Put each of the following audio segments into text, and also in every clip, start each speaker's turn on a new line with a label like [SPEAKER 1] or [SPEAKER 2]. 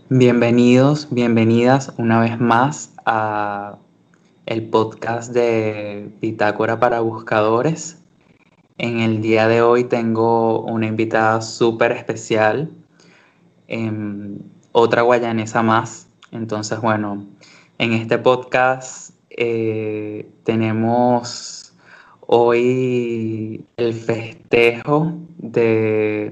[SPEAKER 1] Bienvenidos, bienvenidas una vez más a el podcast de Bitácora para Buscadores. En el día de hoy tengo una invitada súper especial, otra guayanesa más. Entonces, bueno, en este podcast tenemos hoy el festejo de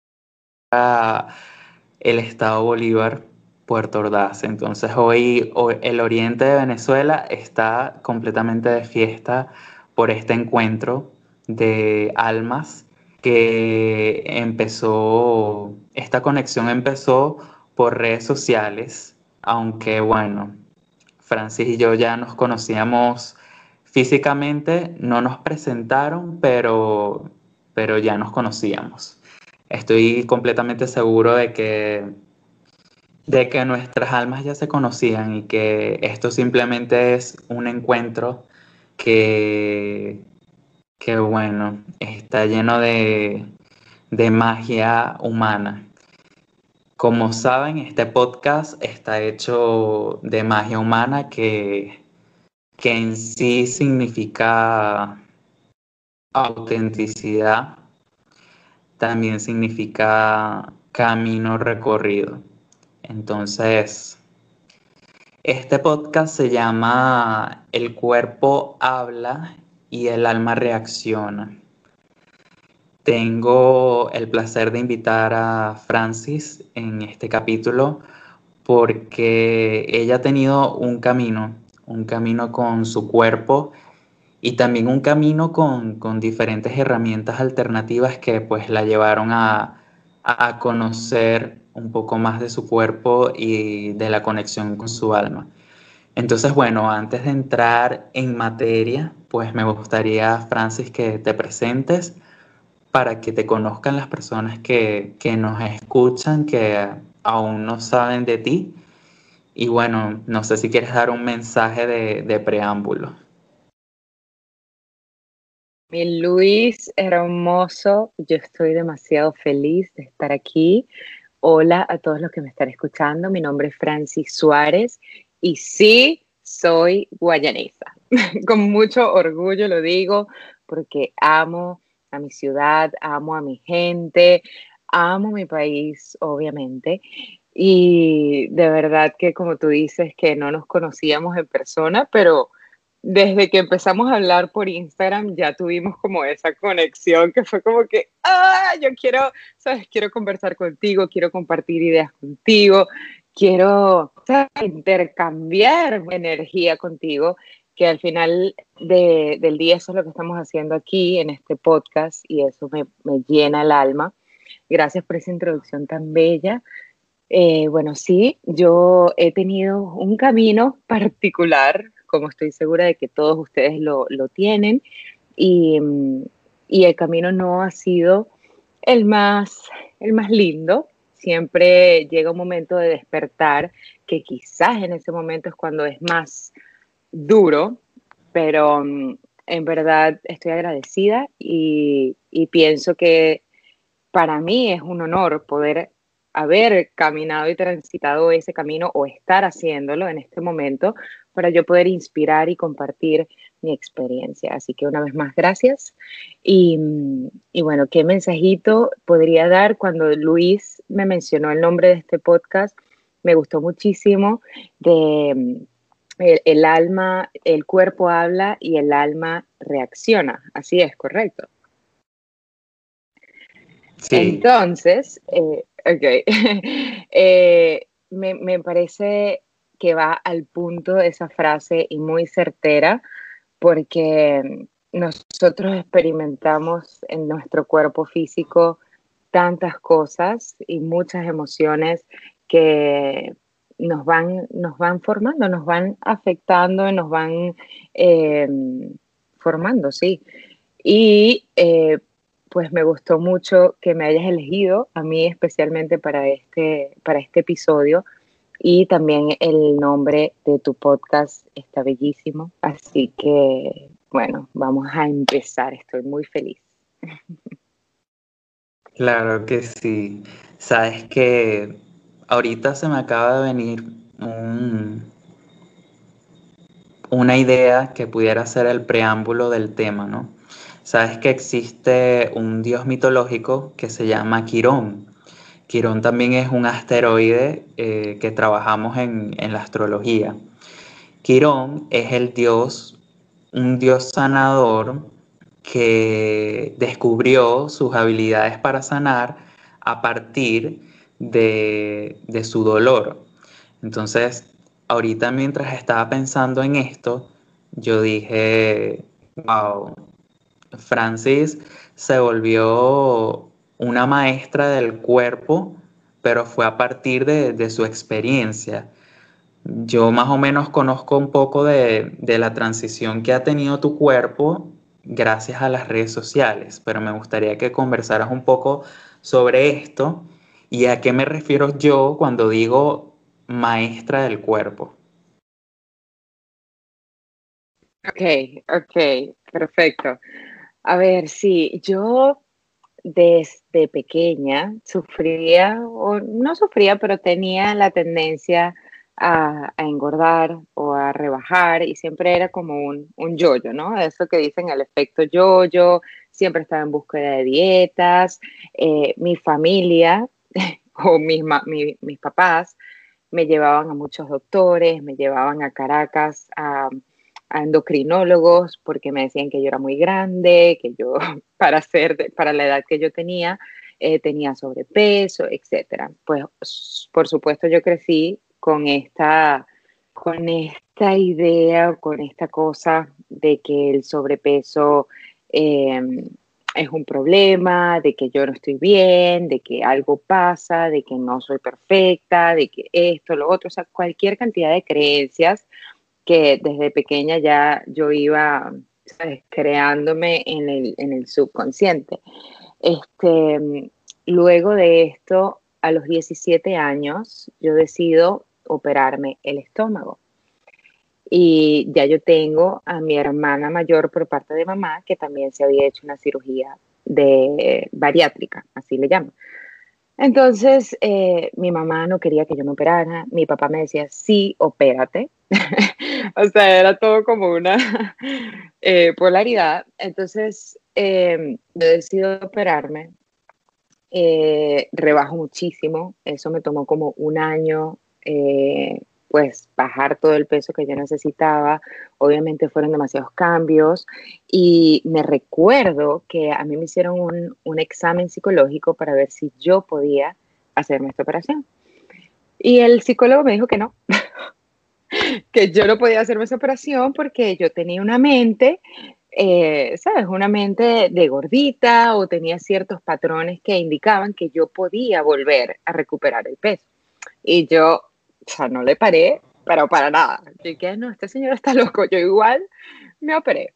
[SPEAKER 1] el estado Bolívar, Puerto Ordaz. Entonces hoy el oriente de Venezuela está completamente de fiesta por este encuentro de almas que esta conexión empezó por redes sociales, aunque bueno, Francis y yo ya nos conocíamos físicamente, no nos presentaron, pero ya nos conocíamos. Estoy completamente seguro de que nuestras almas ya se conocían y que esto simplemente es un encuentro que, que bueno, está lleno de magia humana. Como saben, este podcast está hecho de magia humana que en sí significa autenticidad, también significa camino recorrido. Entonces, este podcast se llama El cuerpo habla y el alma reacciona. Tengo el placer de invitar a Francis en este capítulo porque ella ha tenido un camino con su cuerpo y también un camino con diferentes herramientas alternativas que pues la llevaron a conocer un poco más de su cuerpo y de la conexión con su alma. Entonces, bueno, antes de entrar en materia, pues me gustaría, Francis, que te presentes para que te conozcan las personas que nos escuchan, que aún no saben de ti. Y bueno, no sé si quieres dar un mensaje de preámbulo.
[SPEAKER 2] Mi Luis, hermoso, yo estoy demasiado feliz de estar aquí. Hola a todos los que me están escuchando. Mi nombre es Francis Suárez y sí, soy guayanesa. Con mucho orgullo lo digo porque amo a mi ciudad, amo a mi gente, amo mi país, obviamente. Y de verdad que como tú dices que no nos conocíamos en persona, pero desde que empezamos a hablar por Instagram ya tuvimos como esa conexión que fue como que, yo quiero, sabes, quiero conversar contigo, quiero compartir ideas contigo, quiero, ¿sabes?, intercambiar energía contigo, que al final del día eso es lo que estamos haciendo aquí en este podcast y eso me llena el alma. Gracias por esa introducción tan bella. Bueno, sí, yo he tenido un camino particular, como estoy segura de que todos ustedes lo tienen, y, y el camino no ha sido el más, el más lindo. Siempre llega un momento de despertar, que quizás en ese momento es cuando es más duro, pero en verdad estoy agradecida y pienso que para mí es un honor poder haber caminado y transitado ese camino o estar haciéndolo en este momento para yo poder inspirar y compartir mi experiencia. Así que una vez más, gracias. Y, y bueno, ¿qué mensajito podría dar cuando Luis me mencionó el nombre de este podcast? Me gustó muchísimo de el alma, el cuerpo habla y el alma reacciona. Así es, correcto.
[SPEAKER 1] Sí,
[SPEAKER 2] Entonces, ok, me parece que va al punto de esa frase y muy certera porque nosotros experimentamos en nuestro cuerpo físico tantas cosas y muchas emociones que nos van formando, nos van afectando, nos van eh, formando, sí. Y pues me gustó mucho que me hayas elegido a mí especialmente para este episodio y también el nombre de tu podcast está bellísimo. Así que, bueno, vamos a empezar. Estoy muy feliz.
[SPEAKER 1] claro que sí. Sabes que ahorita se me acaba de venir una idea que pudiera ser el preámbulo del tema, ¿no? Sabes que existe un dios mitológico que se llama Quirón. Quirón también es un asteroide que trabajamos en la astrología. Quirón es el dios, un dios sanador que descubrió sus habilidades para sanar a partir de su dolor. Entonces, ahorita mientras estaba pensando en esto, yo dije, wow, Francis se volvió una maestra del cuerpo, pero fue a partir de su experiencia. Yo más o menos conozco un poco de la transición que ha tenido tu cuerpo gracias a las redes sociales, pero me gustaría que conversaras un poco sobre esto y a qué me refiero yo cuando digo maestra del cuerpo.
[SPEAKER 2] Ok, ok, perfecto. A ver, sí, yo desde pequeña sufría, o no sufría, pero tenía la tendencia a engordar o a rebajar y siempre era como un yo-yo, ¿no? Eso que dicen el efecto yo-yo, siempre estaba en búsqueda de dietas. Mi familia o mis papás me llevaban a muchos doctores, me llevaban a Caracas a endocrinólogos porque me decían que yo era muy grande, que yo para la edad que yo tenía sobrepeso, etcétera. Pues por supuesto yo crecí con esta idea, con esta cosa de que el sobrepeso eh, es un problema, de que yo no estoy bien, de que algo pasa, de que no soy perfecta, de que esto, lo otro, o sea, cualquier cantidad de creencias que desde pequeña ya yo iba, ¿sabes?, creándome en el subconsciente. Este, luego de esto, a los 17 años, yo decido operarme el estómago. Y ya yo tengo a mi hermana mayor por parte de mamá, que también se había hecho una cirugía de bariátrica, así le llaman. Entonces, mi mamá no quería que yo me operara, mi papá me decía, sí, opérate. O sea, era todo como una polaridad. Entonces, yo decido operarme, rebajo muchísimo, eso me tomó como un año, pues bajar todo el peso que yo necesitaba, obviamente fueron demasiados cambios y me recuerdo que a mí me hicieron un examen psicológico para ver si yo podía hacerme esta operación. Y el psicólogo me dijo que no, que yo no podía hacerme esa operación porque yo tenía una mente, ¿sabes? Una mente de gordita o tenía ciertos patrones que indicaban que yo podía volver a recuperar el peso. Y yo, o sea, no le paré, pero para nada. Yo dije, no, este señor está loco, yo igual me operé.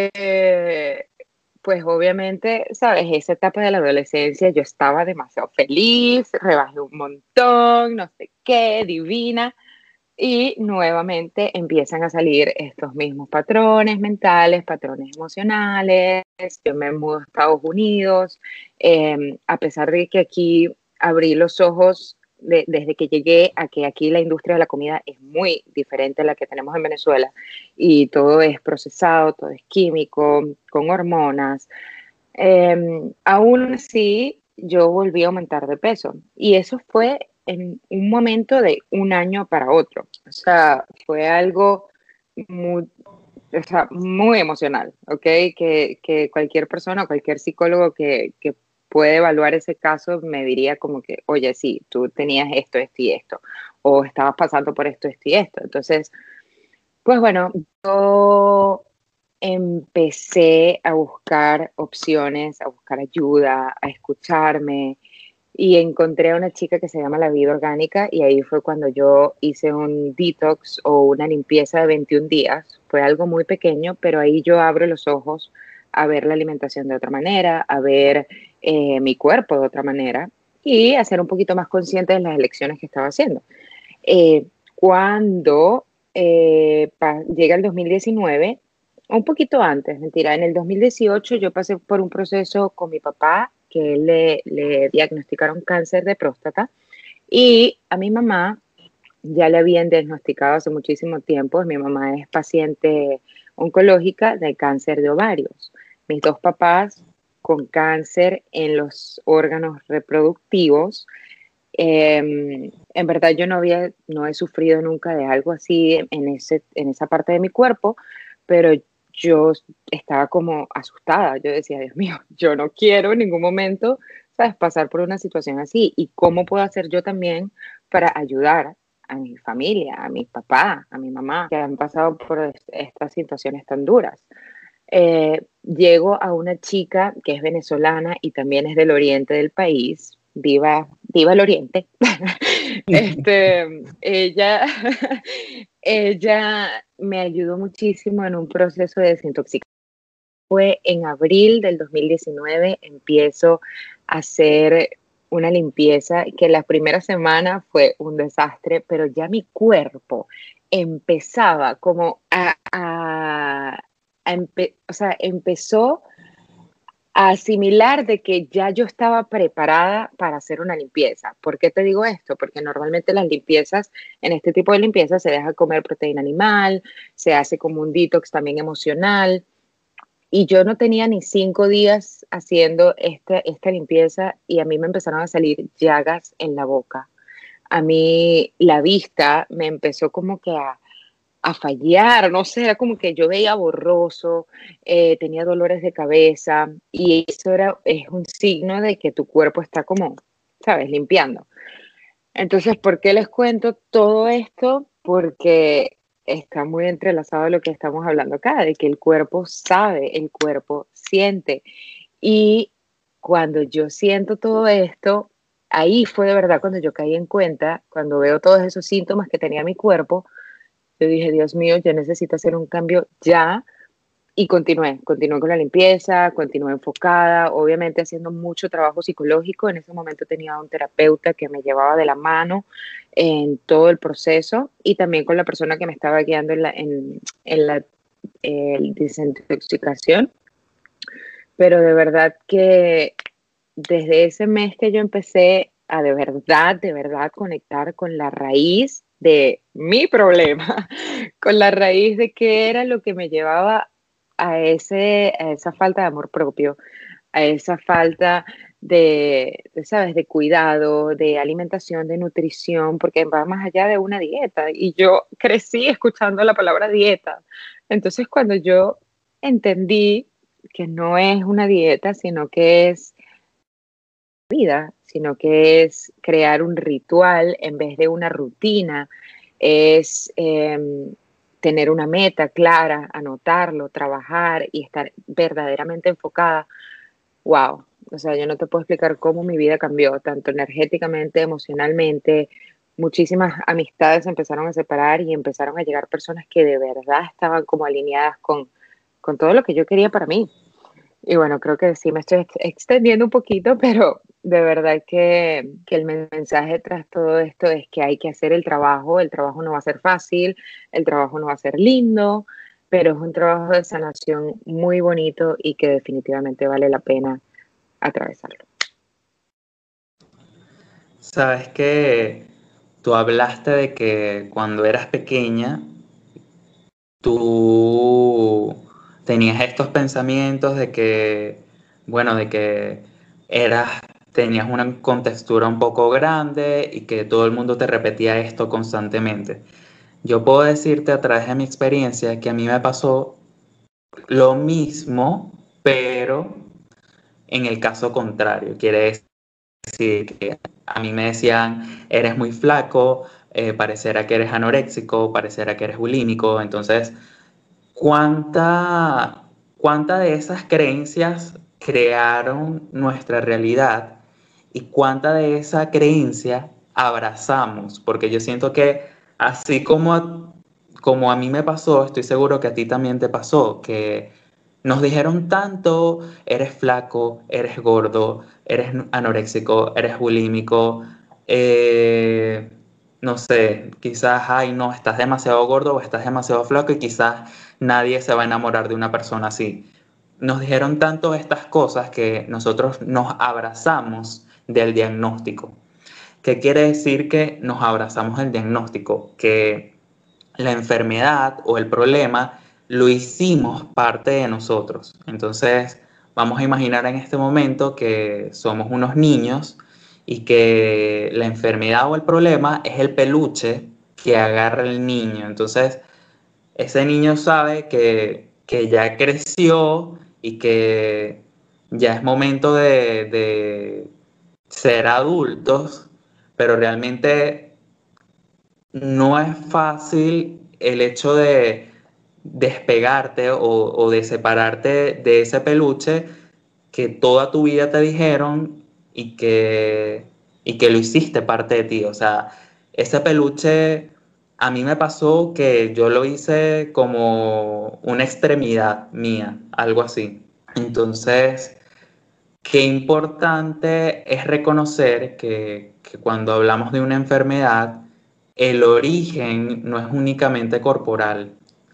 [SPEAKER 2] Pues obviamente, ¿sabes? Esa etapa de la adolescencia yo estaba demasiado feliz, rebajé un montón, no sé qué, divina. Y nuevamente empiezan a salir estos mismos patrones mentales, patrones emocionales. Yo me mudo a Estados Unidos, a pesar de que aquí abrí los ojos desde que llegué a que aquí la industria de la comida es muy diferente a la que tenemos en Venezuela y todo es procesado, todo es químico, con hormonas. Aún así, yo volví a aumentar de peso y eso fue en un momento de un año para otro. O sea, fue algo muy, o sea, muy emocional, ¿ok? Que cualquier persona, cualquier psicólogo que puede evaluar ese caso me diría como que, oye, sí, tú tenías esto, esto y esto, o estabas pasando por esto, esto y esto. Entonces, pues bueno, yo empecé a buscar opciones, a buscar ayuda, a escucharme y encontré a una chica que se llama La Vida Orgánica y ahí fue cuando yo hice un detox o una limpieza de 21 días. Fue algo muy pequeño, pero ahí yo abro los ojos a ver la alimentación de otra manera, a ver mi cuerpo de otra manera y a ser un poquito más consciente de las elecciones que estaba haciendo. Cuando llega el 2019, un poquito antes, mentira, en el 2018 yo pasé por un proceso con mi papá, que él le diagnosticaron cáncer de próstata Y a mi mamá ya le habían diagnosticado hace muchísimo tiempo. Mi mamá es paciente oncológica de cáncer de ovarios. Mis dos papás con cáncer en los órganos reproductivos. En verdad yo no he sufrido nunca de algo así en esa parte de mi cuerpo, pero yo estaba como asustada. Yo decía, Dios mío, yo no quiero en ningún momento, ¿sabes?, pasar por una situación así. ¿Y cómo puedo hacer yo también para ayudar a mi familia, a mi papá, a mi mamá, que han pasado por estas situaciones tan duras? Llego a una chica que es venezolana y también es del oriente del país. Viva, viva el oriente. Ella, ella me ayudó muchísimo en un proceso de desintoxicación. Fue en abril del 2019, empiezo a hacer una limpieza que la primera semana fue un desastre, pero ya mi cuerpo empezaba como o sea, empezó a asimilar de que ya yo estaba preparada para hacer una limpieza. ¿Por qué te digo esto? Porque normalmente las limpiezas, en este tipo de limpiezas, se deja comer proteína animal, se hace como un detox también emocional. Y yo no tenía ni 5 días haciendo esta limpieza y a mí me empezaron a salir llagas en la boca. A mí la vista me empezó como que a fallar, no sé, era como que yo veía borroso, tenía dolores de cabeza y eso es un signo de que tu cuerpo está como, ¿sabes?, limpiando. Entonces, ¿por qué les cuento todo esto? Porque está muy entrelazado a lo que estamos hablando acá, de que el cuerpo sabe, el cuerpo siente. Y cuando yo siento todo esto, ahí fue de verdad cuando yo caí en cuenta, cuando veo todos esos síntomas que tenía mi cuerpo, yo dije, Dios mío, yo necesito hacer un cambio ya. Y continué con la limpieza, continué enfocada, obviamente haciendo mucho trabajo psicológico. En ese momento tenía un terapeuta que me llevaba de la mano en todo el proceso y también con la persona que me estaba guiando en la desintoxicación. Pero de verdad que desde ese mes que yo empecé a de verdad conectar con la raíz de mi problema, con la raíz de qué era lo que me llevaba a esa falta de amor propio, a esa falta ¿sabes?, de cuidado, de alimentación, de nutrición, porque va más allá de una dieta. Y yo crecí escuchando la palabra dieta. Entonces, cuando yo entendí que no es una dieta, sino que es vida, sino que es crear un ritual en vez de una rutina, es tener una meta clara, anotarlo, trabajar y estar verdaderamente enfocada. Wow, o sea, yo no te puedo explicar cómo mi vida cambió, tanto energéticamente, emocionalmente. Muchísimas amistades se empezaron a separar y empezaron a llegar personas que de verdad estaban como alineadas con todo lo que yo quería para mí. Y bueno, creo que sí me estoy extendiendo un poquito, pero de verdad que el mensaje tras todo esto es que hay que hacer el trabajo no va a ser fácil, el trabajo no va a ser lindo, pero es un trabajo de sanación muy bonito y que definitivamente vale la pena atravesarlo.
[SPEAKER 1] Sabes que tú hablaste de que cuando eras pequeña tú tenías estos pensamientos de que, bueno, de que eras, tenías una contextura un poco grande y que todo el mundo te repetía esto constantemente. Yo puedo decirte a través de mi experiencia que a mí me pasó lo mismo, pero en el caso contrario. Quiere decir que a mí me decían, eres muy flaco, parecerá que eres anoréxico, parecerá que eres bulímico. Entonces, ¿cuánta de esas creencias crearon nuestra realidad y cuánta de esa creencia abrazamos? Porque yo siento que así como a mí me pasó, estoy seguro que a ti también te pasó, que nos dijeron tanto, eres flaco, eres gordo, eres anoréxico, eres bulímico, eh, no sé, quizás, ay, no, estás demasiado gordo o estás demasiado flaco y quizás nadie se va a enamorar de una persona así. Nos dijeron tanto estas cosas que nosotros nos abrazamos del diagnóstico. ¿Qué quiere decir que nos abrazamos el diagnóstico? Que la enfermedad o el problema lo hicimos parte de nosotros. Entonces, vamos a imaginar en este momento que somos unos niños y que la enfermedad o el problema es el peluche que agarra el niño. Entonces, ese niño sabe que ya creció y que ya es momento de ser adultos, pero realmente no es fácil el hecho de despegarte o de separarte de ese peluche que toda tu vida te dijeron y que lo hiciste parte de ti. O sea, ese peluche a mí me pasó que yo lo hice como una extremidad mía, algo así. Entonces, qué importante es reconocer que cuando hablamos de una enfermedad, el origen no es únicamente corporal.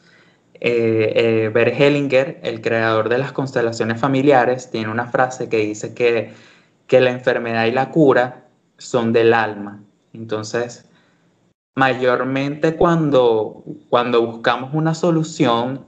[SPEAKER 1] Bert Hellinger, el creador de las constelaciones familiares, tiene una frase que dice que la enfermedad y la cura son del alma. Entonces, mayormente cuando buscamos una solución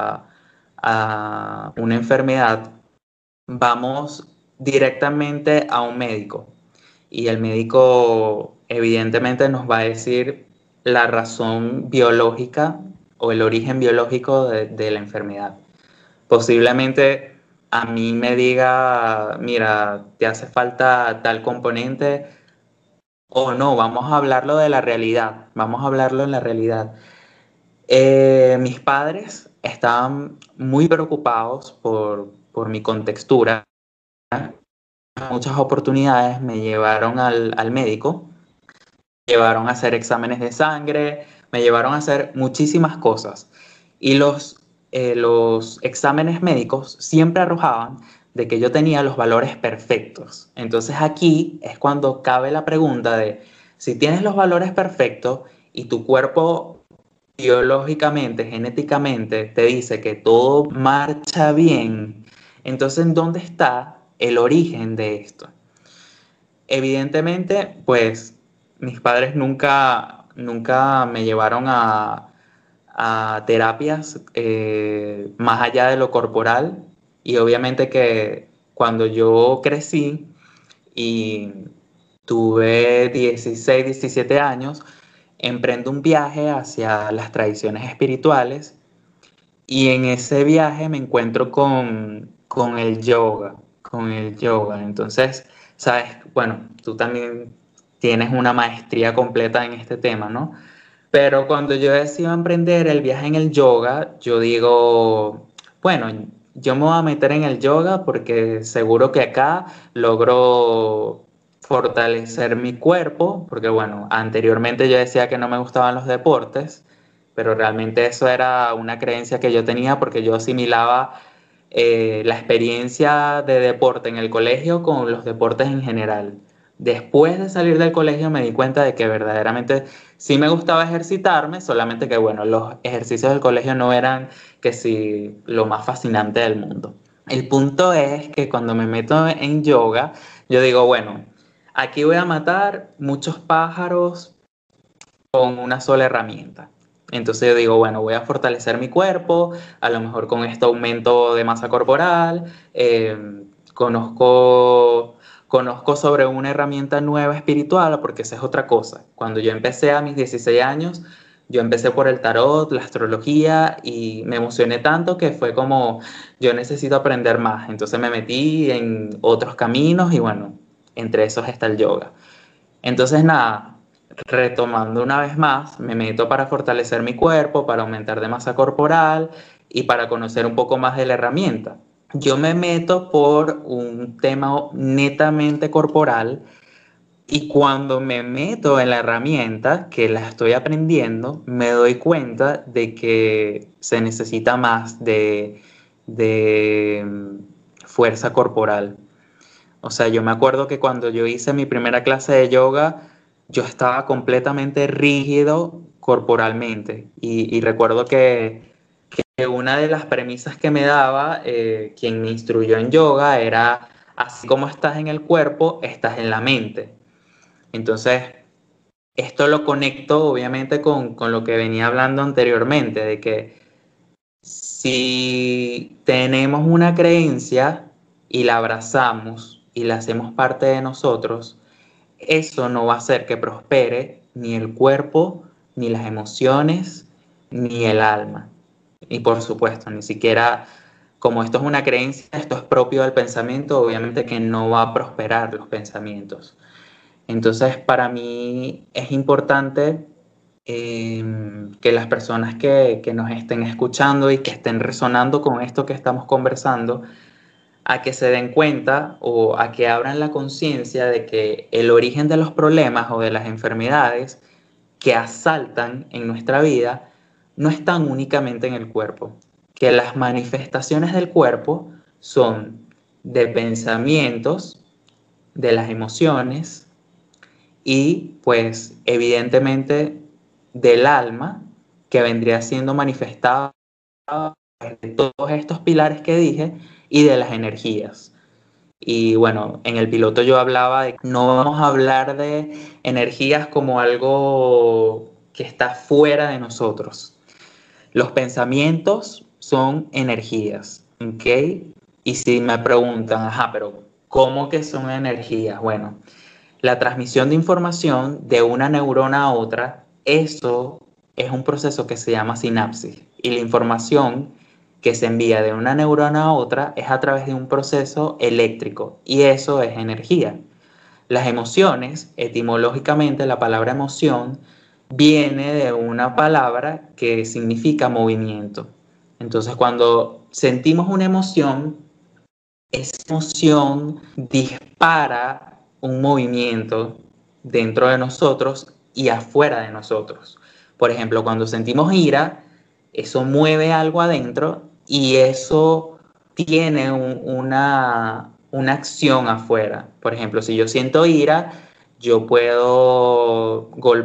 [SPEAKER 1] a una enfermedad, vamos directamente a un médico y el médico evidentemente nos va a decir la razón biológica o el origen biológico de la enfermedad. Posiblemente a mí me diga, mira, te hace falta tal componente o no, vamos a hablarlo de la realidad, vamos a hablarlo en la realidad. Mis padres estaban muy preocupados por mi contextura. Muchas oportunidades me llevaron al médico, me llevaron a hacer exámenes de sangre, me llevaron a hacer muchísimas cosas. Y los exámenes médicos siempre arrojaban de que yo tenía los valores perfectos. Entonces aquí es cuando cabe la pregunta de si tienes los valores perfectos y tu cuerpo biológicamente, genéticamente, te dice que todo marcha bien, entonces ¿en dónde está el origen de esto? Evidentemente, pues mis padres nunca me llevaron a terapias más allá de lo corporal y obviamente que cuando yo crecí y tuve 16, 17 años, emprendo un viaje hacia las tradiciones espirituales y en ese viaje me encuentro con el yoga, con el yoga. Entonces, sabes, bueno, tú también tienes una maestría completa en este tema, ¿no? Pero cuando yo decido emprender el viaje en el yoga, yo digo, bueno, yo me voy a meter en el yoga porque seguro que acá logro fortalecer mi cuerpo, porque bueno, anteriormente yo decía que no me gustaban los deportes, pero realmente eso era una creencia que yo tenía porque yo asimilaba la experiencia de deporte en el colegio con los deportes en general. Después de salir del colegio me di cuenta de que verdaderamente sí me gustaba ejercitarme, solamente que bueno, los ejercicios del colegio no eran que sí lo más fascinante del mundo. El punto es que cuando me meto en yoga, yo digo, bueno, aquí voy a matar muchos pájaros con una sola herramienta. Entonces yo digo, bueno, voy a fortalecer mi cuerpo, a lo mejor con este aumento de masa corporal, conozco sobre una herramienta nueva espiritual, porque esa es otra cosa. Cuando yo empecé a mis 16 años, yo empecé por el tarot, la astrología y me emocioné tanto que fue como, yo necesito aprender más. Entonces me metí en otros caminos y bueno, entre esos está el yoga. Entonces nada, retomando una vez más, me meto para fortalecer mi cuerpo, para aumentar de masa corporal y para conocer un poco más de la herramienta. Yo me meto por un tema netamente corporal y cuando me meto en la herramienta, que la estoy aprendiendo, me doy cuenta de que se necesita más de fuerza corporal. O sea, yo me acuerdo que cuando yo hice mi primera clase de yoga, yo estaba completamente rígido corporalmente. Y recuerdo que una de las premisas que me daba quien me instruyó en yoga era, así como estás en el cuerpo, estás en la mente. Entonces, esto lo conecto obviamente con lo que venía hablando anteriormente, de que si tenemos una creencia y la abrazamos y la hacemos parte de nosotros, eso no va a hacer que prospere ni el cuerpo, ni las emociones, ni el alma. Y por supuesto, ni siquiera, como esto es una creencia, esto es propio del pensamiento, obviamente que no va a prosperar los pensamientos. Entonces, para mí es importante que las personas que nos estén escuchando y que estén resonando con esto que estamos conversando, a que se den cuenta o a que abran la conciencia de que el origen de los problemas o de las enfermedades que asaltan en nuestra vida no están únicamente en el cuerpo, que las manifestaciones del cuerpo son de pensamientos, de las emociones y pues evidentemente del alma que vendría siendo manifestada de todos estos pilares que dije y de las energías. Y bueno, en el piloto yo hablaba de que no vamos a hablar de energías como algo que está fuera de nosotros. Los pensamientos son energías, ¿ok? Y si me preguntan, ajá, pero ¿cómo que son energías? Bueno, la transmisión de información de una neurona a otra, eso es un proceso que se llama sinapsis. Y la información que se envía de una neurona a otra es a través de un proceso eléctrico. Y eso es energía. Las emociones, etimológicamente la palabra emoción viene de una palabra que significa movimiento. Entonces cuando sentimos una emoción, esa emoción dispara un movimiento dentro de nosotros y afuera de nosotros. Por ejemplo, cuando sentimos ira, eso mueve algo adentro y eso tiene una acción afuera. Por ejemplo, si yo siento ira, yo puedo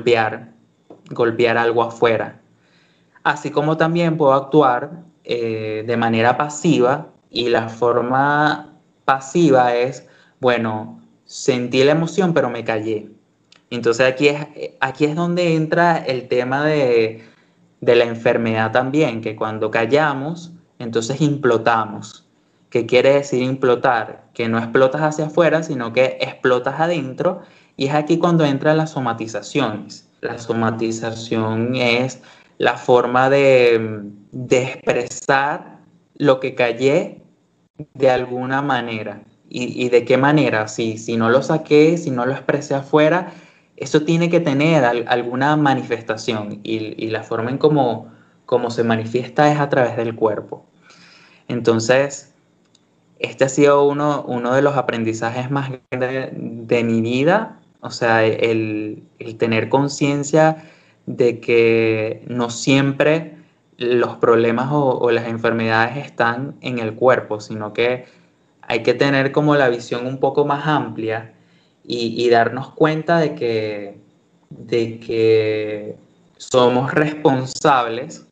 [SPEAKER 1] golpear algo afuera. Así como también puedo actuar de manera pasiva y la forma pasiva es, bueno, sentí la emoción pero me callé. Entonces aquí es donde entra el tema de la enfermedad también, que cuando callamos, entonces implotamos. ¿Qué quiere decir implotar? Que no explotas hacia afuera, sino que explotas adentro y es aquí cuando entran las somatizaciones. La somatización es la forma de expresar lo que callé de alguna manera. ¿Y de qué manera? Si no lo saqué, si no lo expresé afuera, eso tiene que tener alguna manifestación y la forma en cómo se manifiesta es a través del cuerpo. Entonces, este ha sido uno de los aprendizajes más grandes de mi vida, o sea, el tener conciencia de que no siempre los problemas o las enfermedades están en el cuerpo, sino que hay que tener como la visión un poco más amplia y darnos cuenta de que somos responsables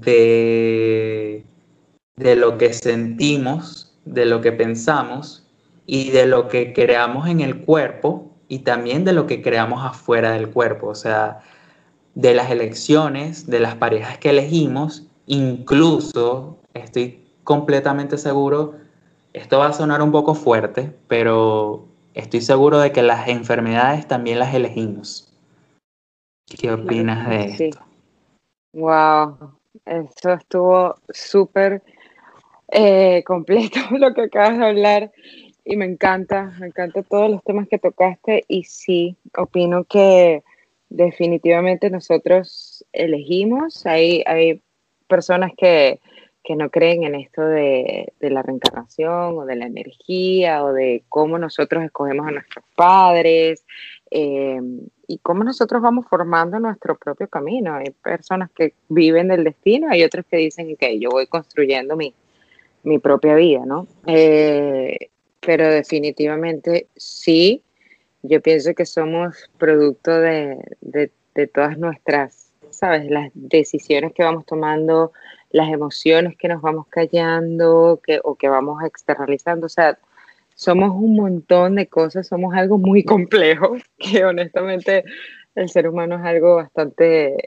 [SPEAKER 1] de lo que sentimos, de lo que pensamos y de lo que creamos en el cuerpo y también de lo que creamos afuera del cuerpo, o sea, de las elecciones, de las parejas que elegimos, incluso estoy completamente seguro, esto va a sonar un poco fuerte, pero estoy seguro de que las enfermedades también las elegimos. ¿Qué
[SPEAKER 2] Claro
[SPEAKER 1] opinas
[SPEAKER 2] que
[SPEAKER 1] de
[SPEAKER 2] sí.
[SPEAKER 1] esto?
[SPEAKER 2] Wow, eso estuvo súper completo lo que acabas de hablar y me encanta todos los temas que tocaste y sí, opino que definitivamente nosotros elegimos, hay personas que no creen en esto de la reencarnación o de la energía o de cómo nosotros escogemos a nuestros padres eh, y cómo nosotros vamos formando nuestro propio camino. Hay personas que viven del destino, hay otros que dicen que yo voy construyendo mi propia vida, ¿no? Pero definitivamente sí, yo pienso que somos producto de todas nuestras, ¿sabes? Las decisiones que vamos tomando, las emociones que nos vamos callando o que vamos externalizando, o sea, somos un montón de cosas, somos algo muy complejo, que honestamente el ser humano es algo bastante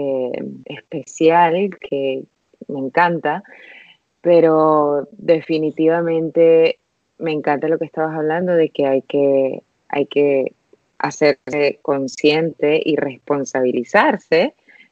[SPEAKER 2] especial, que me encanta, pero definitivamente me encanta lo que estabas hablando de que hay que hacerse consciente y responsabilizarse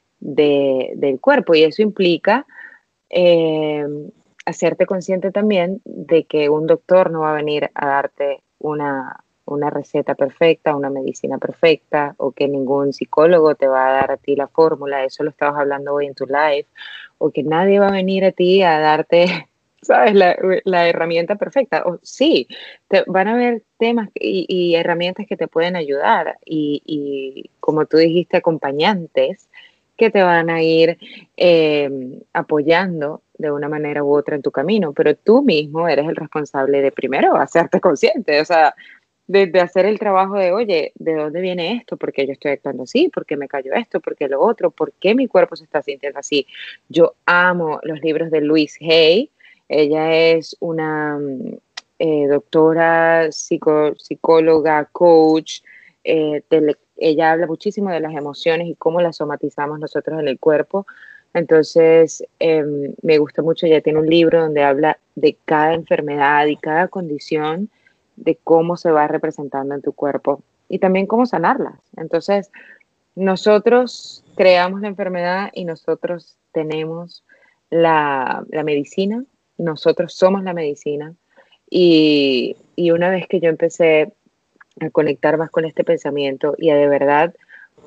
[SPEAKER 2] del cuerpo y eso implica eh, hacerte consciente también de que un doctor no va a venir a darte una receta perfecta, una medicina perfecta, o que ningún psicólogo te va a dar a ti la fórmula, eso lo estabas hablando hoy en tu live, o que nadie va a venir a ti a darte, ¿sabes?, la herramienta perfecta. O sí, van a haber temas y herramientas que te pueden ayudar, y como tú dijiste, acompañantes que te van a ir apoyando de una manera u otra en tu camino, pero tú mismo eres el responsable de primero hacerte consciente, o sea, de hacer el trabajo de, oye, ¿de dónde viene esto? ¿Por qué yo estoy actuando así? ¿Por qué me cayó esto? ¿Por qué lo otro? ¿Por qué mi cuerpo se está sintiendo así? Yo amo los libros de Louise Hay. Ella es una doctora, psicóloga, coach. Ella habla muchísimo de las emociones y cómo las somatizamos nosotros en el cuerpo. Entonces, me gusta mucho. Ella tiene un libro donde habla de cada enfermedad y cada condición, de cómo se va representando en tu cuerpo y también cómo sanarlas. Entonces, nosotros creamos la enfermedad y nosotros tenemos la medicina, nosotros somos la medicina. Y una vez que yo empecé a conectar más con este pensamiento y a de verdad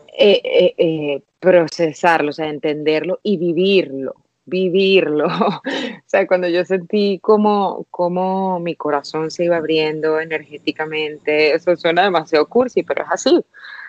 [SPEAKER 2] procesarlo, o sea, entenderlo y vivirlo, vivirlo. O sea, cuando yo sentí como mi corazón se iba abriendo energéticamente, eso suena demasiado cursi, pero es así.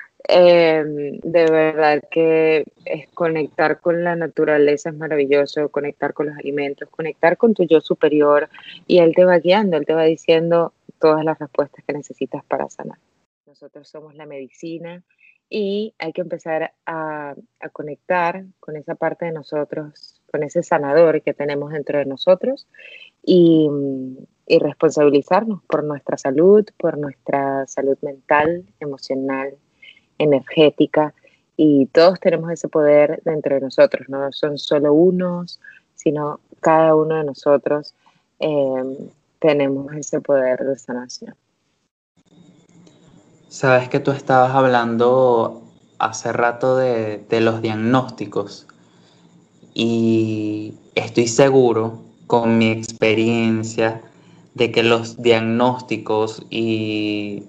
[SPEAKER 2] De verdad que es conectar con la naturaleza es maravilloso, conectar con los alimentos, conectar con tu yo superior y él te va guiando, él te va diciendo todas las respuestas que necesitas para sanar. Nosotros somos la medicina y hay que empezar a conectar con esa parte de nosotros, con ese sanador que tenemos dentro de nosotros y, y responsabilizarnos por nuestra salud mental, emocional, energética, y todos tenemos ese poder dentro de nosotros, no son solo unos, sino cada uno de nosotros tenemos ese poder de sanación.
[SPEAKER 1] Sabes que tú estabas hablando hace rato de los diagnósticos y estoy seguro con mi experiencia de que los diagnósticos y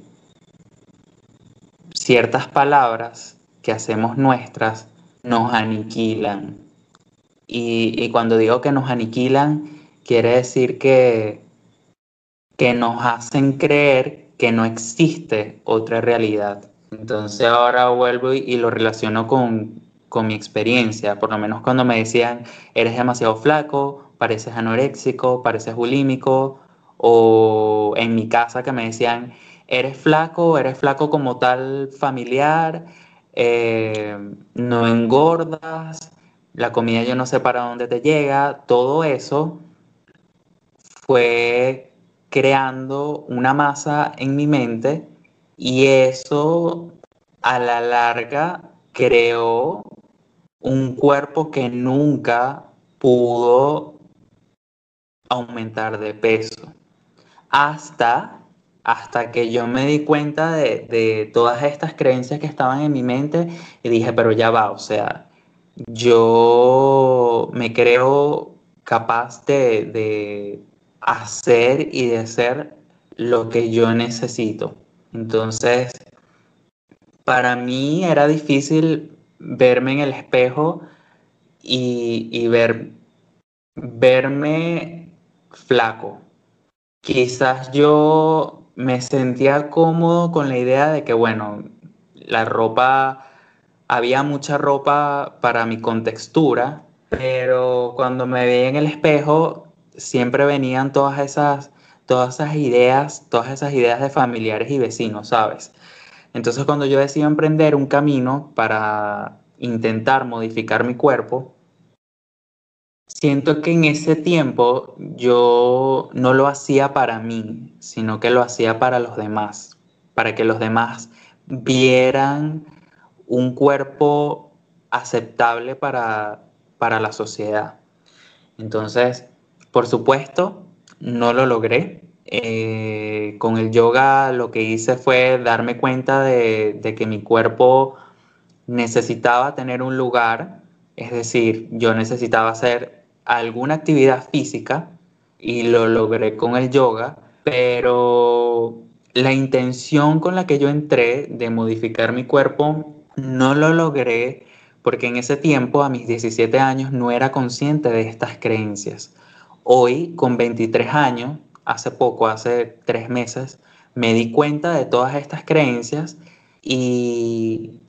[SPEAKER 1] ciertas palabras que hacemos nuestras nos aniquilan. Y cuando digo que nos aniquilan, quiere decir que nos hacen creer que no existe otra realidad. Entonces ahora vuelvo y lo relaciono con mi experiencia, por lo menos cuando me decían, eres demasiado flaco, pareces anoréxico, pareces bulímico, o en mi casa que me decían, eres flaco como tal familiar, no engordas, la comida yo no sé para dónde te llega, todo eso fue creando una masa en mi mente y eso a la larga creó un cuerpo que nunca pudo aumentar de peso. Hasta, hasta que yo me di cuenta de todas estas creencias que estaban en mi mente y dije, pero ya va, o sea, yo me creo capaz de hacer y de ser lo que yo necesito. Entonces, para mí era difícil verme en el espejo y verme flaco. Quizás yo me sentía cómodo con la idea de que, bueno, la ropa, había mucha ropa para mi contextura, pero cuando me veía en el espejo siempre venían todas esas ideas de familiares y vecinos, ¿sabes? Entonces cuando yo decidí emprender un camino para intentar modificar mi cuerpo, siento que en ese tiempo yo no lo hacía para mí, sino que lo hacía para los demás, para que los demás vieran un cuerpo aceptable para la sociedad. Entonces, por supuesto, no lo logré. Con el yoga lo que hice fue darme cuenta de que mi cuerpo necesitaba tener un lugar, es decir, yo necesitaba hacer alguna actividad física y lo logré con el yoga, pero la intención con la que yo entré de modificar mi cuerpo no lo logré porque en ese tiempo, a mis 17 años, no era consciente de estas creencias. Hoy, con 23 años, hace poco, hace 3 meses, me di cuenta de todas estas creencias y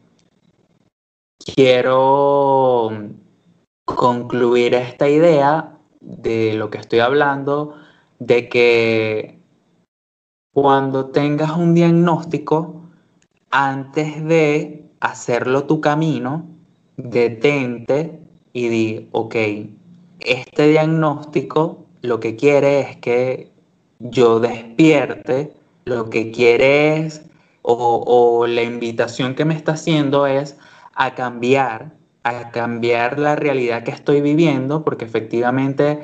[SPEAKER 1] quiero concluir esta idea de lo que estoy hablando, de que cuando tengas un diagnóstico, antes de hacerlo tu camino, detente y di, ok, este diagnóstico lo que quiere es que yo despierte, lo que quiere es, o la invitación que me está haciendo es a cambiar la realidad que estoy viviendo, porque efectivamente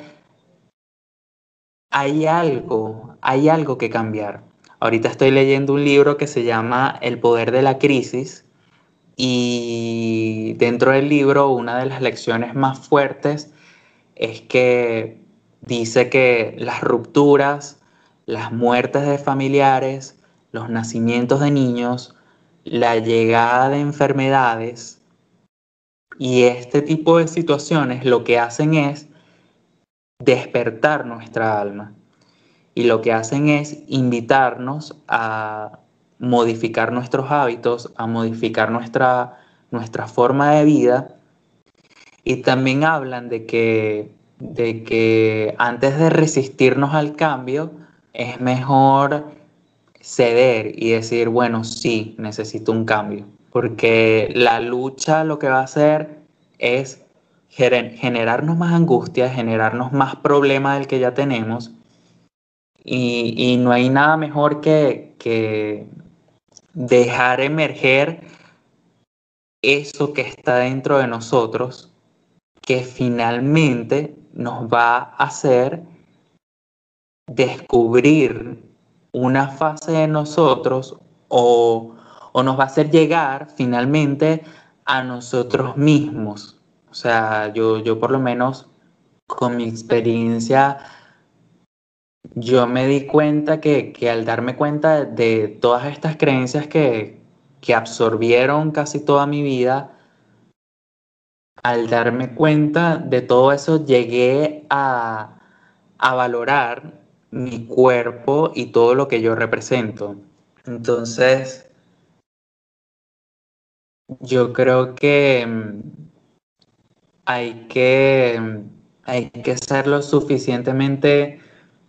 [SPEAKER 1] hay algo que cambiar. Ahorita estoy leyendo un libro que se llama El poder de la crisis y dentro del libro una de las lecciones más fuertes es que dice que las rupturas, las muertes de familiares, los nacimientos de niños, la llegada de enfermedades y este tipo de situaciones lo que hacen es despertar nuestra alma y lo que hacen es invitarnos a modificar nuestros hábitos, a modificar nuestra forma de vida y también hablan de que antes de resistirnos al cambio es mejor ceder y decir, bueno, sí, necesito un cambio, porque la lucha lo que va a hacer es generarnos más angustia, generarnos más problemas del que ya tenemos y no hay nada mejor que dejar emerger eso que está dentro de nosotros, que finalmente nos va a hacer descubrir una fase de nosotros o nos va a hacer llegar finalmente a nosotros mismos. O sea, yo por lo menos con mi experiencia, yo me di cuenta que al darme cuenta de todas estas creencias que absorbieron casi toda mi vida, al darme cuenta de todo eso, llegué a valorar mi cuerpo y todo lo que yo represento. Entonces, yo creo que hay que, hay que ser lo suficientemente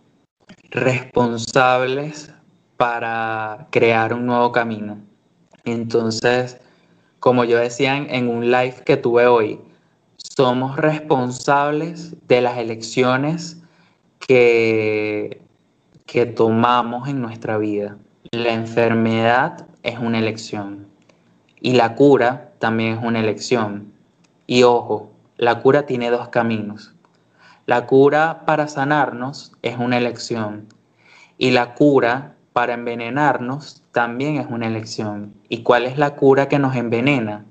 [SPEAKER 1] responsables para crear un nuevo camino. Entonces, como yo decía en un live que tuve hoy, somos responsables de las elecciones que, que tomamos en nuestra vida. La enfermedad es una elección y la cura también es una elección. Y ojo, la cura tiene dos caminos. La cura para sanarnos es una elección y la cura para envenenarnos también es una elección. ¿Y cuál es la cura que nos envenena?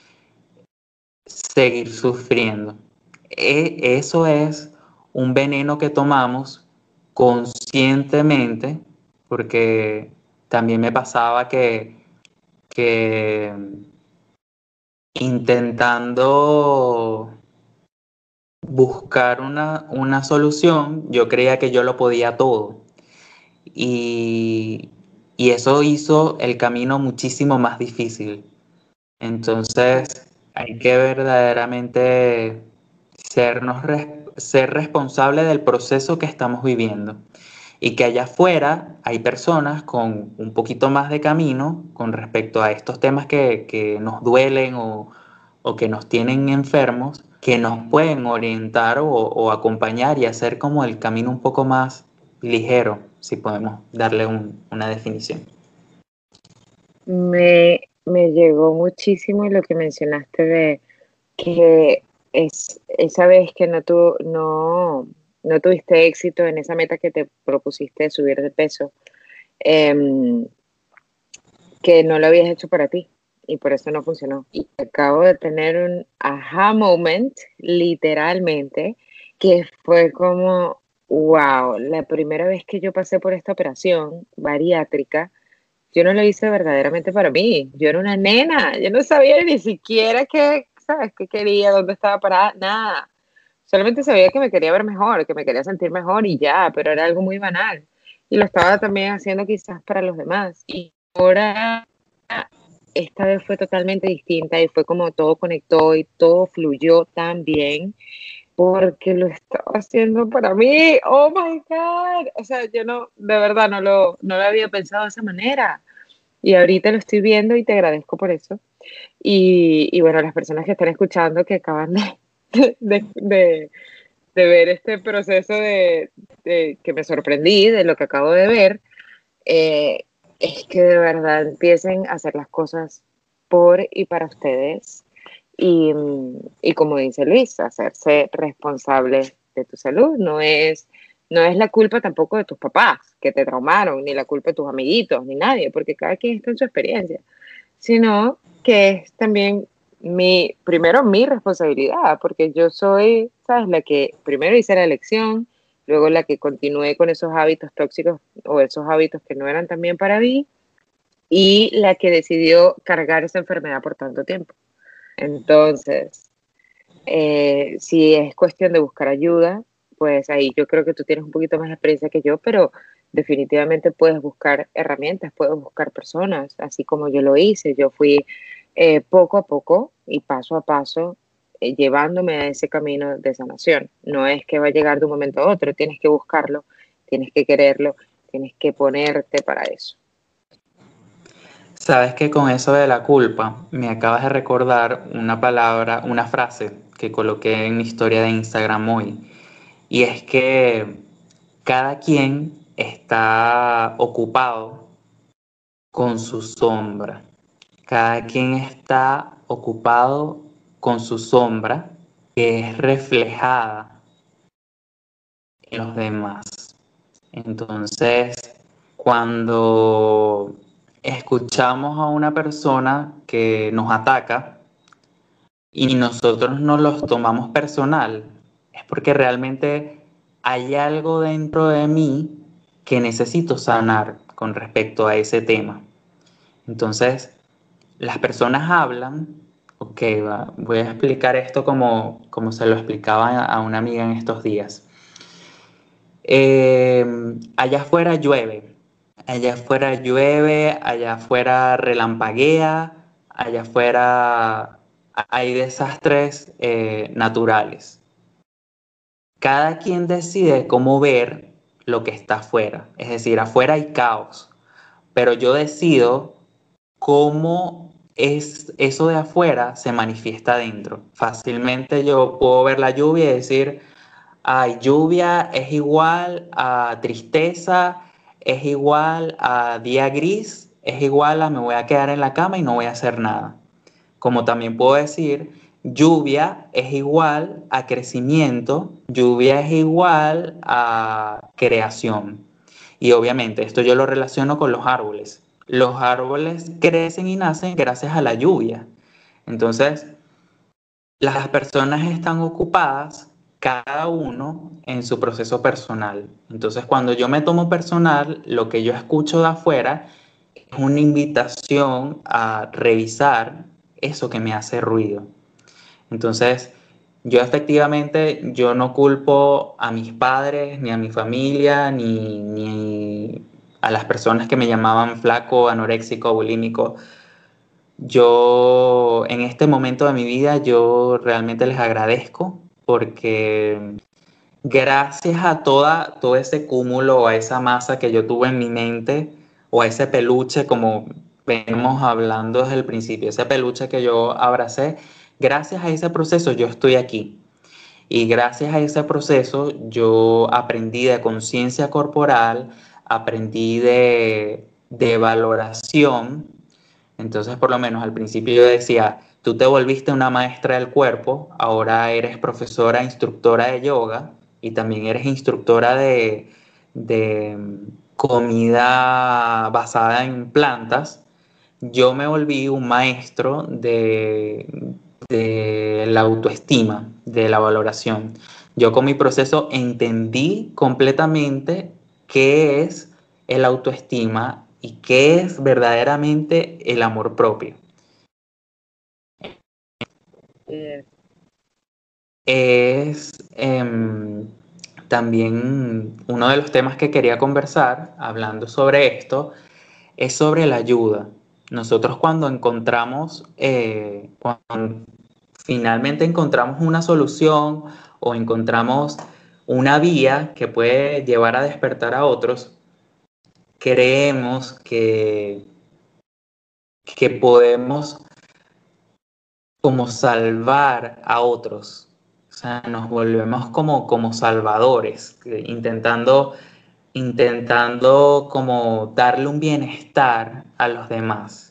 [SPEAKER 1] Seguir sufriendo. Eso es un veneno que tomamos conscientemente, porque también me pasaba que intentando buscar una solución, yo creía que yo lo podía todo. Y, y eso hizo el camino muchísimo más difícil. Entonces, hay que verdaderamente ser responsable del proceso que estamos viviendo. Y que allá afuera hay personas con un poquito más de camino con respecto a estos temas que nos duelen o que nos tienen enfermos, que nos pueden orientar o acompañar y hacer como el camino un poco más ligero, si podemos darle una definición.
[SPEAKER 2] Me llegó muchísimo lo que mencionaste de que es esa vez que no tuviste éxito en esa meta que te propusiste de subir de peso, em, que no lo habías hecho para ti y por eso no funcionó. Y acabo de tener un aha moment, literalmente, que fue como, wow, la primera vez que yo pasé por esta operación bariátrica, yo no lo hice verdaderamente para mí. Yo era una nena, yo no sabía ni siquiera qué, ¿sabes? Qué quería, dónde estaba parada, nada. Solamente sabía que me quería ver mejor, que me quería sentir mejor y ya, pero era algo muy banal. Y lo estaba también haciendo quizás para los demás. Y ahora, esta vez fue totalmente distinta y fue como todo conectó y todo fluyó tan bien porque lo estaba haciendo para mí. Oh my God. O sea, yo no, de verdad, no lo había pensado de esa manera. Y ahorita lo estoy viendo y te agradezco por eso. Y bueno, las personas que están escuchando que acaban de, de, de ver este proceso de que me sorprendí de lo que acabo de ver, eh, es que de verdad empiecen a hacer las cosas por y para ustedes. Y como dice Luis, hacerse responsable de tu salud no es la culpa tampoco de tus papás que te traumaron, ni la culpa de tus amiguitos, ni nadie, porque cada quien está en su experiencia, sino que es también primero mi responsabilidad, porque yo soy, ¿sabes? La que primero hice la elección, luego la que continué con esos hábitos tóxicos o esos hábitos que no eran tan bien para mí, y la que decidió cargar esa enfermedad por tanto tiempo. Entonces, si es cuestión de buscar ayuda, pues ahí yo creo que tú tienes un poquito más de experiencia que yo, pero definitivamente puedes buscar herramientas, puedes buscar personas, así como yo lo hice. Yo fui poco a poco y paso a paso llevándome a ese camino de sanación. No es que va a llegar de un momento a otro, tienes que buscarlo, tienes que quererlo, tienes que ponerte para eso.
[SPEAKER 1] Sabes que con eso de la culpa me acabas de recordar una palabra, una frase que coloqué en mi historia de Instagram hoy. Y es que cada quien está ocupado con su sombra. Cada quien está ocupado con su sombra que es reflejada en los demás. Entonces, cuando escuchamos a una persona que nos ataca y nosotros no los tomamos personal, es porque realmente hay algo dentro de mí que necesito sanar con respecto a ese tema. Entonces, las personas hablan, ok, voy a explicar esto como se lo explicaba a una amiga en estos días. Allá afuera llueve, allá afuera relampaguea, allá afuera hay desastres naturales. Cada quien decide cómo ver lo que está afuera, es decir, afuera hay caos, pero yo decido cómo es eso de afuera se manifiesta adentro. Fácilmente yo puedo ver la lluvia y decir, ay, lluvia es igual a tristeza, es igual a día gris, es igual a me voy a quedar en la cama y no voy a hacer nada. Como también puedo decir, lluvia es igual a crecimiento, lluvia es igual a creación. Y obviamente esto yo lo relaciono con los árboles. Los árboles crecen y nacen gracias a la lluvia. Entonces, las personas están ocupadas, cada uno en su proceso personal. Entonces, cuando yo me tomo personal, lo que yo escucho de afuera es una invitación a revisar eso que me hace ruido. Entonces, yo efectivamente, yo no culpo a mis padres, ni a mi familia, ni a las personas que me llamaban flaco, anoréxico, bulímico. Yo en este momento de mi vida yo realmente les agradezco porque gracias a todo ese cúmulo o a esa masa que yo tuve en mi mente o a ese peluche como venimos hablando desde el principio, ese peluche que yo abracé, gracias a ese proceso yo estoy aquí. Y gracias a ese proceso yo aprendí de conciencia corporal, aprendí de valoración. Entonces, por lo menos al principio yo decía, tú te volviste una maestra del cuerpo, ahora eres profesora, instructora de yoga y también eres instructora de comida basada en plantas. Yo me volví un maestro de la autoestima, de la valoración. Yo con mi proceso entendí completamente qué es el autoestima y qué es verdaderamente el amor propio.
[SPEAKER 2] Eh,
[SPEAKER 1] Es también uno de los temas que quería conversar, hablando sobre esto, es sobre la ayuda. Nosotros cuando encontramos, cuando finalmente encontramos una solución o encontramos una vía que puede llevar a despertar a otros, creemos que podemos como salvar a otros. O sea, nos volvemos como salvadores, intentando como darle un bienestar a los demás.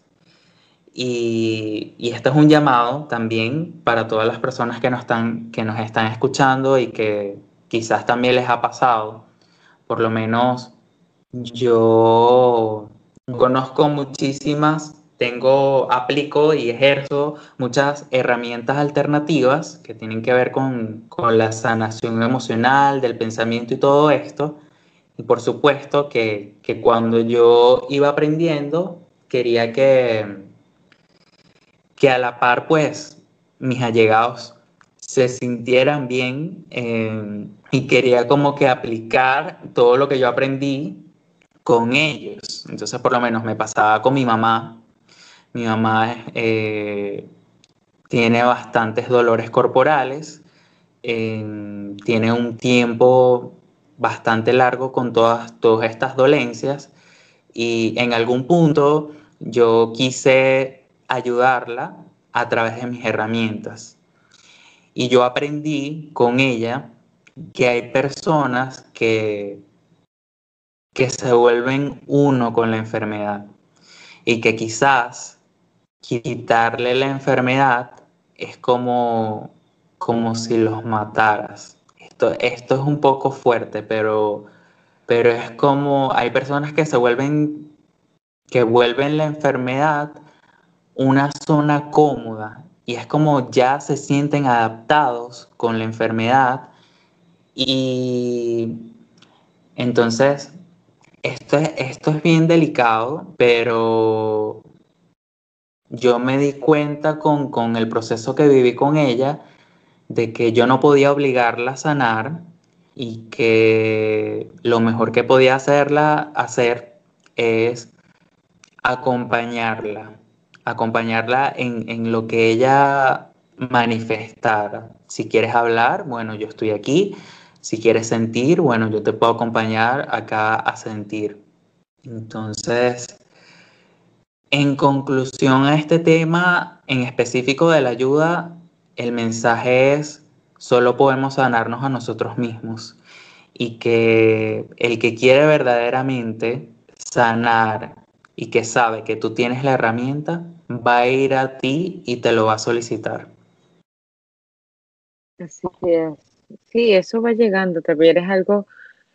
[SPEAKER 1] Y esto es un llamado también para todas las personas que nos están escuchando y que quizás también les ha pasado. Por lo menos yo conozco muchísimas, aplico y ejerzo muchas herramientas alternativas que tienen que ver con la sanación emocional, del pensamiento y todo esto. Y por supuesto que cuando yo iba aprendiendo, quería que a la par, pues, mis allegados se sintieran bien, y quería como que aplicar todo lo que yo aprendí con ellos. Entonces, por lo menos me pasaba con mi mamá. Mi mamá tiene bastantes dolores corporales, tiene un tiempo bastante largo con todas estas dolencias y en algún punto yo quise ayudarla a través de mis herramientas. Y yo aprendí con ella que hay personas que se vuelven uno con la enfermedad y que quizás quitarle la enfermedad es como si los mataras. Esto es un poco fuerte, pero es como hay personas que vuelven la enfermedad una zona cómoda y es como ya se sienten adaptados con la enfermedad y entonces esto es bien delicado, pero yo me di cuenta con el proceso que viví con ella de que yo no podía obligarla a sanar y que lo mejor que podía hacer es acompañarla, acompañarla en lo que ella manifestara. Si quieres hablar, bueno, yo estoy aquí. Si quieres sentir, bueno, yo te puedo acompañar acá a sentir. Entonces, en conclusión a este tema en específico de la ayuda, el mensaje es, solo podemos sanarnos a nosotros mismos y que el que quiere verdaderamente sanar y que sabe que tú tienes la herramienta, va a ir a ti y te lo va a solicitar.
[SPEAKER 2] Así es. Sí, eso va llegando. También es algo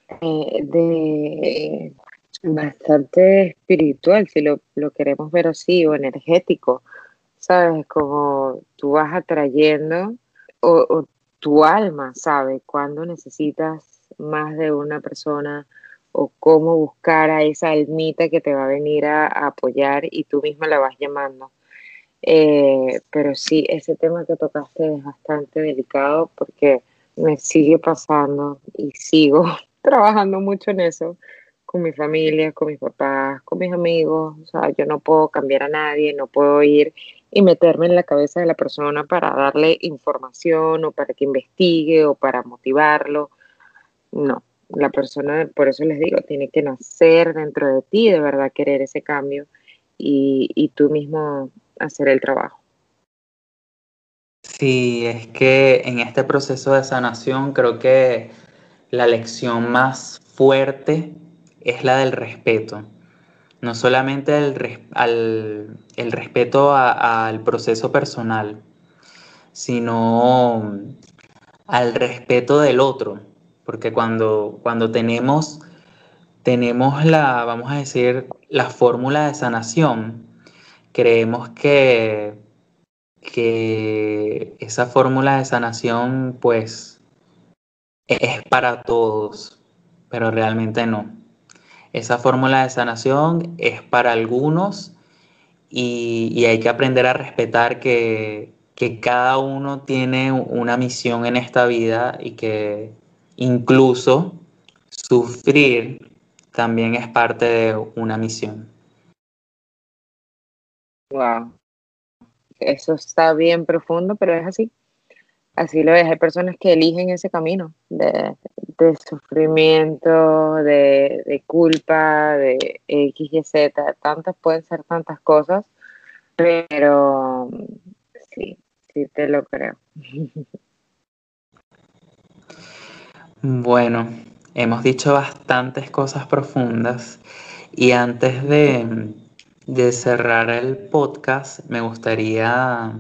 [SPEAKER 2] de bastante espiritual, si lo queremos ver así, o energético, ¿sabes? Como tú vas atrayendo, o tu alma sabe cuándo necesitas más de una persona, o cómo buscar a esa almita que te va a venir a apoyar y tú misma la vas llamando. Pero sí, ese tema que tocaste es bastante delicado porque me sigue pasando y sigo trabajando mucho en eso con mi familia, con mis papás, con mis amigos. O sea, yo no puedo cambiar a nadie, no puedo ir y meterme en la cabeza de la persona para darle información o para que investigue o para motivarlo. No, la persona, por eso les digo, tiene que nacer dentro de ti, de verdad querer ese cambio y tú mismo hacer el trabajo.
[SPEAKER 1] Sí, es que en este proceso de sanación creo que la lección más fuerte es la del respeto. No solamente el respeto al proceso personal, sino al respeto del otro. Porque cuando tenemos vamos a decir, la fórmula de sanación, creemos que esa fórmula de sanación pues es para todos, pero realmente no. Esa fórmula de sanación es para algunos y hay que aprender a respetar que cada uno tiene una misión en esta vida y que incluso sufrir también es parte de una misión.
[SPEAKER 2] Wow, eso está bien profundo, pero es así. Así lo es. Hay personas que eligen ese camino de sufrimiento, de culpa, de X y Z. Tantas pueden ser tantas cosas, pero sí, sí te lo creo.
[SPEAKER 1] Bueno, hemos dicho bastantes cosas profundas y antes de cerrar el podcast me gustaría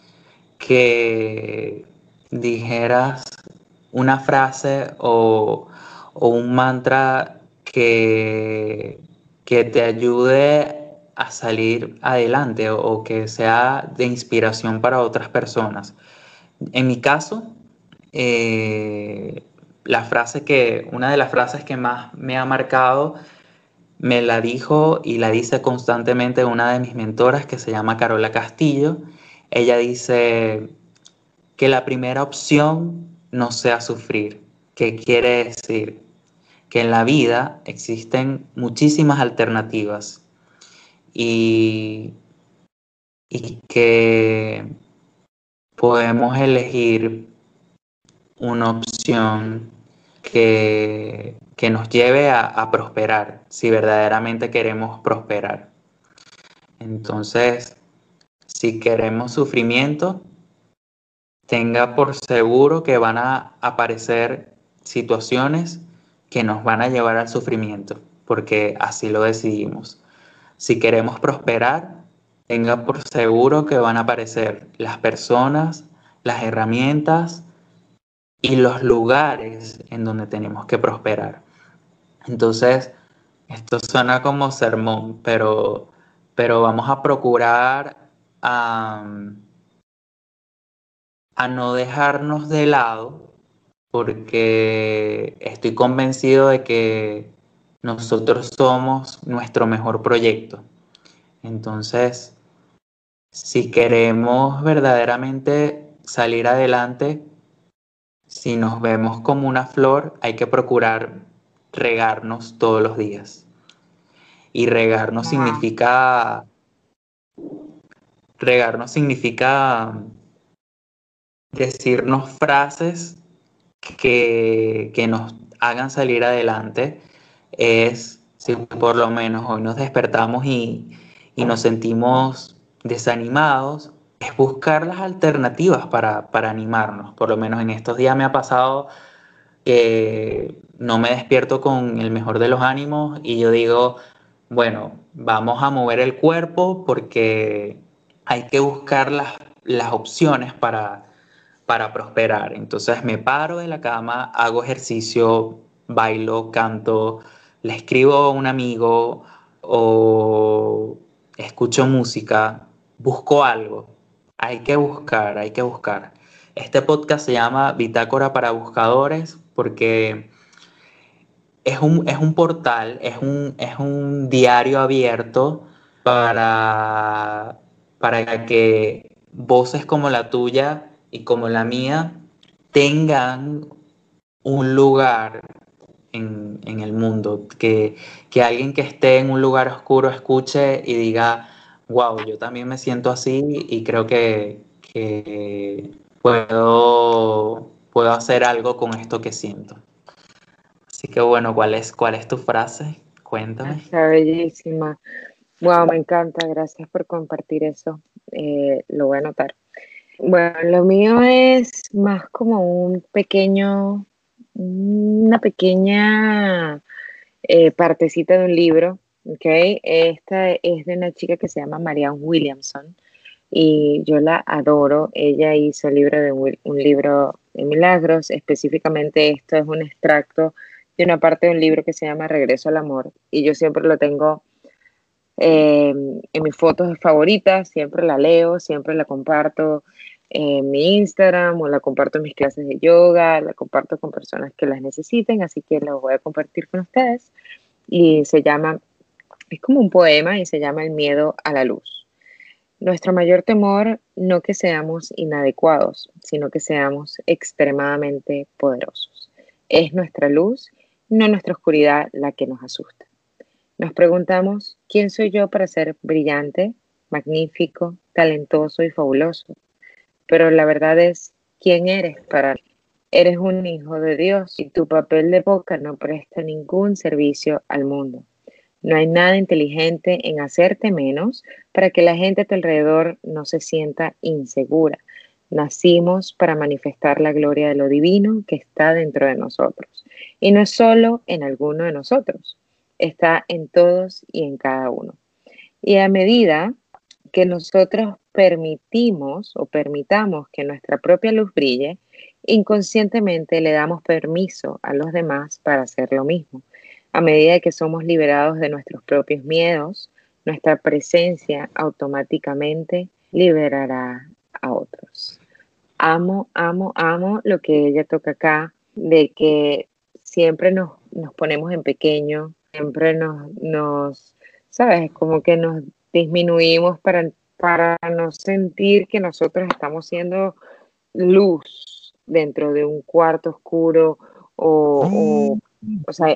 [SPEAKER 1] que dijeras una frase o un mantra que te ayude a salir adelante o que sea de inspiración para otras personas. En mi caso, eh, una de las frases que más me ha marcado me la dijo y la dice constantemente una de mis mentoras que se llama Carola Castillo. Ella dice que la primera opción no sea sufrir. ¿Qué quiere decir? Que en la vida existen muchísimas alternativas y, y que podemos elegir una opción que nos lleve a prosperar, si verdaderamente queremos prosperar. Entonces, si queremos sufrimiento, tenga por seguro que van a aparecer situaciones que nos van a llevar al sufrimiento, porque así lo decidimos. Si queremos prosperar, tenga por seguro que van a aparecer las personas, las herramientas y los lugares en donde tenemos que prosperar. Entonces, esto suena como sermón, pero vamos a procurar a no dejarnos de lado porque estoy convencido de que nosotros somos nuestro mejor proyecto. Entonces, si queremos verdaderamente salir adelante, si nos vemos como una flor, hay que procurar regarnos todos los días. Y
[SPEAKER 2] Wow.
[SPEAKER 1] regarnos significa decirnos frases que nos hagan salir adelante. Es si por lo menos hoy nos despertamos y nos sentimos desanimados, es buscar las alternativas para animarnos. Por lo menos en estos días me ha pasado que no me despierto con el mejor de los ánimos y yo digo, bueno, vamos a mover el cuerpo porque hay que buscar las opciones para prosperar. Entonces me paro de la cama, hago ejercicio, bailo, canto, le escribo a un amigo o escucho música, busco algo. Hay que buscar, hay que buscar. Este podcast se llama Bitácora para Buscadores porque es un portal, es un diario abierto para que voces como la tuya y como la mía tengan un lugar en el mundo, que alguien que esté en un lugar oscuro escuche y diga, wow, yo también me siento así y creo que puedo hacer algo con esto que siento. Así que bueno, ¿cuál es tu frase? Cuéntame.
[SPEAKER 2] Está bellísima. Wow, me encanta. Gracias por compartir eso. Lo voy a anotar. Bueno, lo mío es más como una pequeña partecita de un libro, ¿ok? Esta es de una chica que se llama Marianne Williamson y yo la adoro. Ella hizo un libro de milagros, específicamente esto es un extracto de una parte de un libro que se llama Regreso al Amor y yo siempre lo tengo en mis fotos favoritas, siempre la leo, siempre la comparto en mi Instagram o la comparto en mis clases de yoga, la comparto con personas que las necesiten, así que la voy a compartir con ustedes. Y es como un poema y se llama El miedo a la luz. Nuestro mayor temor no que seamos inadecuados, sino que seamos extremadamente poderosos. Es nuestra luz, no nuestra oscuridad la que nos asusta. Nos preguntamos, ¿quién soy yo para ser brillante, magnífico, talentoso y fabuloso? Pero la verdad es, ¿quién eres para mí? Eres un hijo de Dios y tu papel de boca no presta ningún servicio al mundo. No hay nada inteligente en hacerte menos para que la gente a tu alrededor no se sienta insegura. Nacimos para manifestar la gloria de lo divino que está dentro de nosotros. Y no es solo en alguno de nosotros, está en todos y en cada uno. Y a medida que nosotros permitimos o permitamos que nuestra propia luz brille, inconscientemente le damos permiso a los demás para hacer lo mismo. A medida que somos liberados de nuestros propios miedos, nuestra presencia automáticamente liberará a otros. Amo, amo, amo lo que ella toca acá, de que siempre nos ponemos en pequeño, siempre ¿sabes? Como que nos disminuimos para no sentir que nosotros estamos siendo luz dentro de un cuarto oscuro o sea,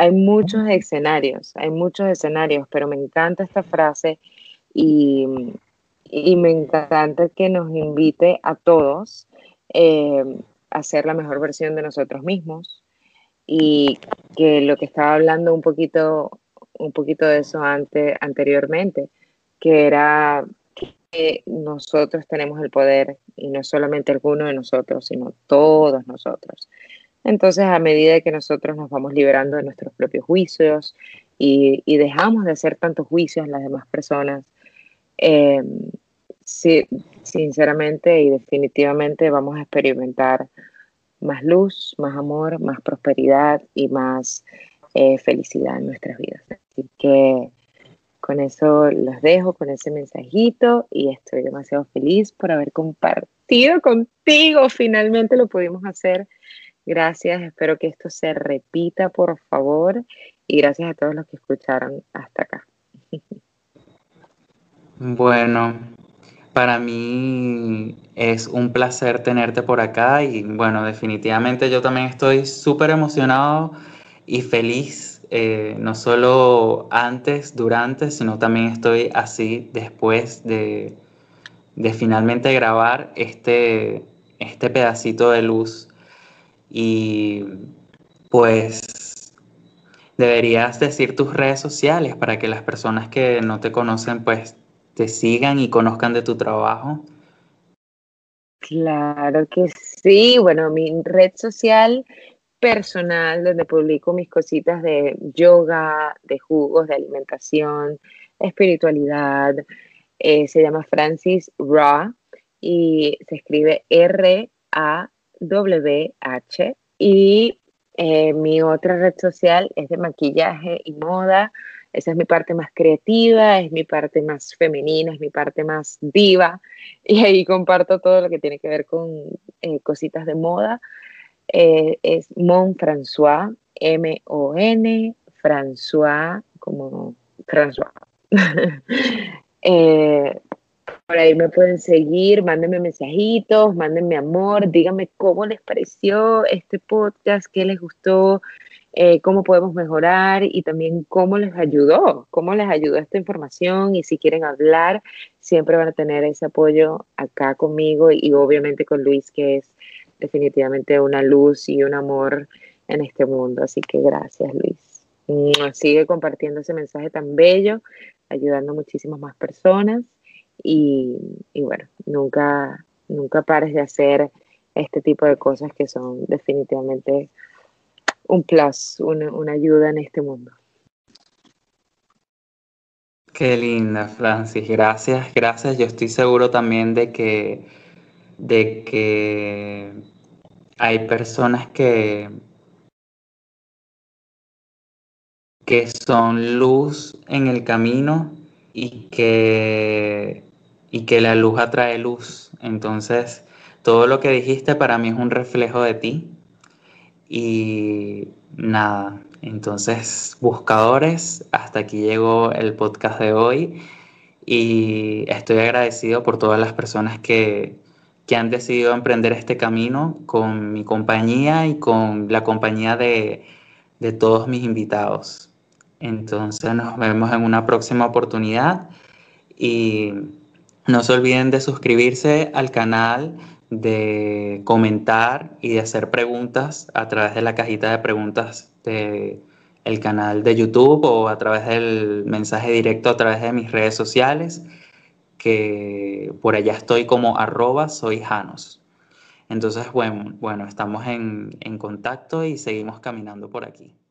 [SPEAKER 2] hay muchos escenarios, pero me encanta esta frase y, y me encanta que nos invite a todos eh, a ser la mejor versión de nosotros mismos y que lo que estaba hablando un poquito de eso anteriormente, que era que nosotros tenemos el poder y no solamente alguno de nosotros, sino todos nosotros. Entonces, a medida que nosotros nos vamos liberando de nuestros propios juicios y dejamos de hacer tantos juicios en las demás personas, eh, sí, sinceramente y definitivamente vamos a experimentar más luz, más amor, más prosperidad y más felicidad en nuestras vidas. Así que con eso los dejo, con ese mensajito y estoy demasiado feliz por haber compartido contigo. Finalmente lo pudimos hacer. Gracias, espero que esto se repita, por favor. Y gracias a todos los que escucharon hasta acá.
[SPEAKER 1] Bueno, para mí es un placer tenerte por acá y bueno, definitivamente yo también estoy súper emocionado y feliz, no solo antes, durante, sino también estoy así después de finalmente grabar este pedacito de luz y pues deberías decir tus redes sociales para que las personas que no te conocen pues te sigan y conozcan de tu trabajo.
[SPEAKER 2] Claro que sí. Bueno, mi red social personal donde publico mis cositas de yoga, de jugos, de alimentación, espiritualidad, se llama Francis Raw y se escribe Rawh. Y mi otra red social es de maquillaje y moda. Esa es mi parte más creativa, es mi parte más femenina, es mi parte más diva. Y ahí comparto todo lo que tiene que ver con cositas de moda. Es Mon François, M-O-N, François, como François. eh, por ahí me pueden seguir, mándenme mensajitos, mándenme amor, díganme cómo les pareció este podcast, qué les gustó, cómo podemos mejorar y también cómo les ayudó esta información y si quieren hablar, siempre van a tener ese apoyo acá conmigo y obviamente con Luis, que es definitivamente una luz y un amor en este mundo. Así que gracias, Luis. Sigue compartiendo ese mensaje tan bello, ayudando a muchísimas más personas y bueno, Nunca pares de hacer este tipo de cosas que son definitivamente un plus, una ayuda en este mundo.
[SPEAKER 1] Qué linda, Francis. Gracias, gracias. Yo estoy seguro también de que hay personas que son luz en el camino y que la luz atrae luz. Entonces, todo lo que dijiste para mí es un reflejo de ti. Y nada, entonces, buscadores, hasta aquí llegó el podcast de hoy y estoy agradecido por todas las personas que han decidido emprender este camino con mi compañía y con la compañía de todos mis invitados. Entonces nos vemos en una próxima oportunidad y no se olviden de suscribirse al canal, de comentar y de hacer preguntas a través de la cajita de preguntas de el canal de YouTube o a través del mensaje directo a través de mis redes sociales, que por allá estoy como @soyjanos. Entonces, bueno, estamos en contacto y seguimos caminando por aquí.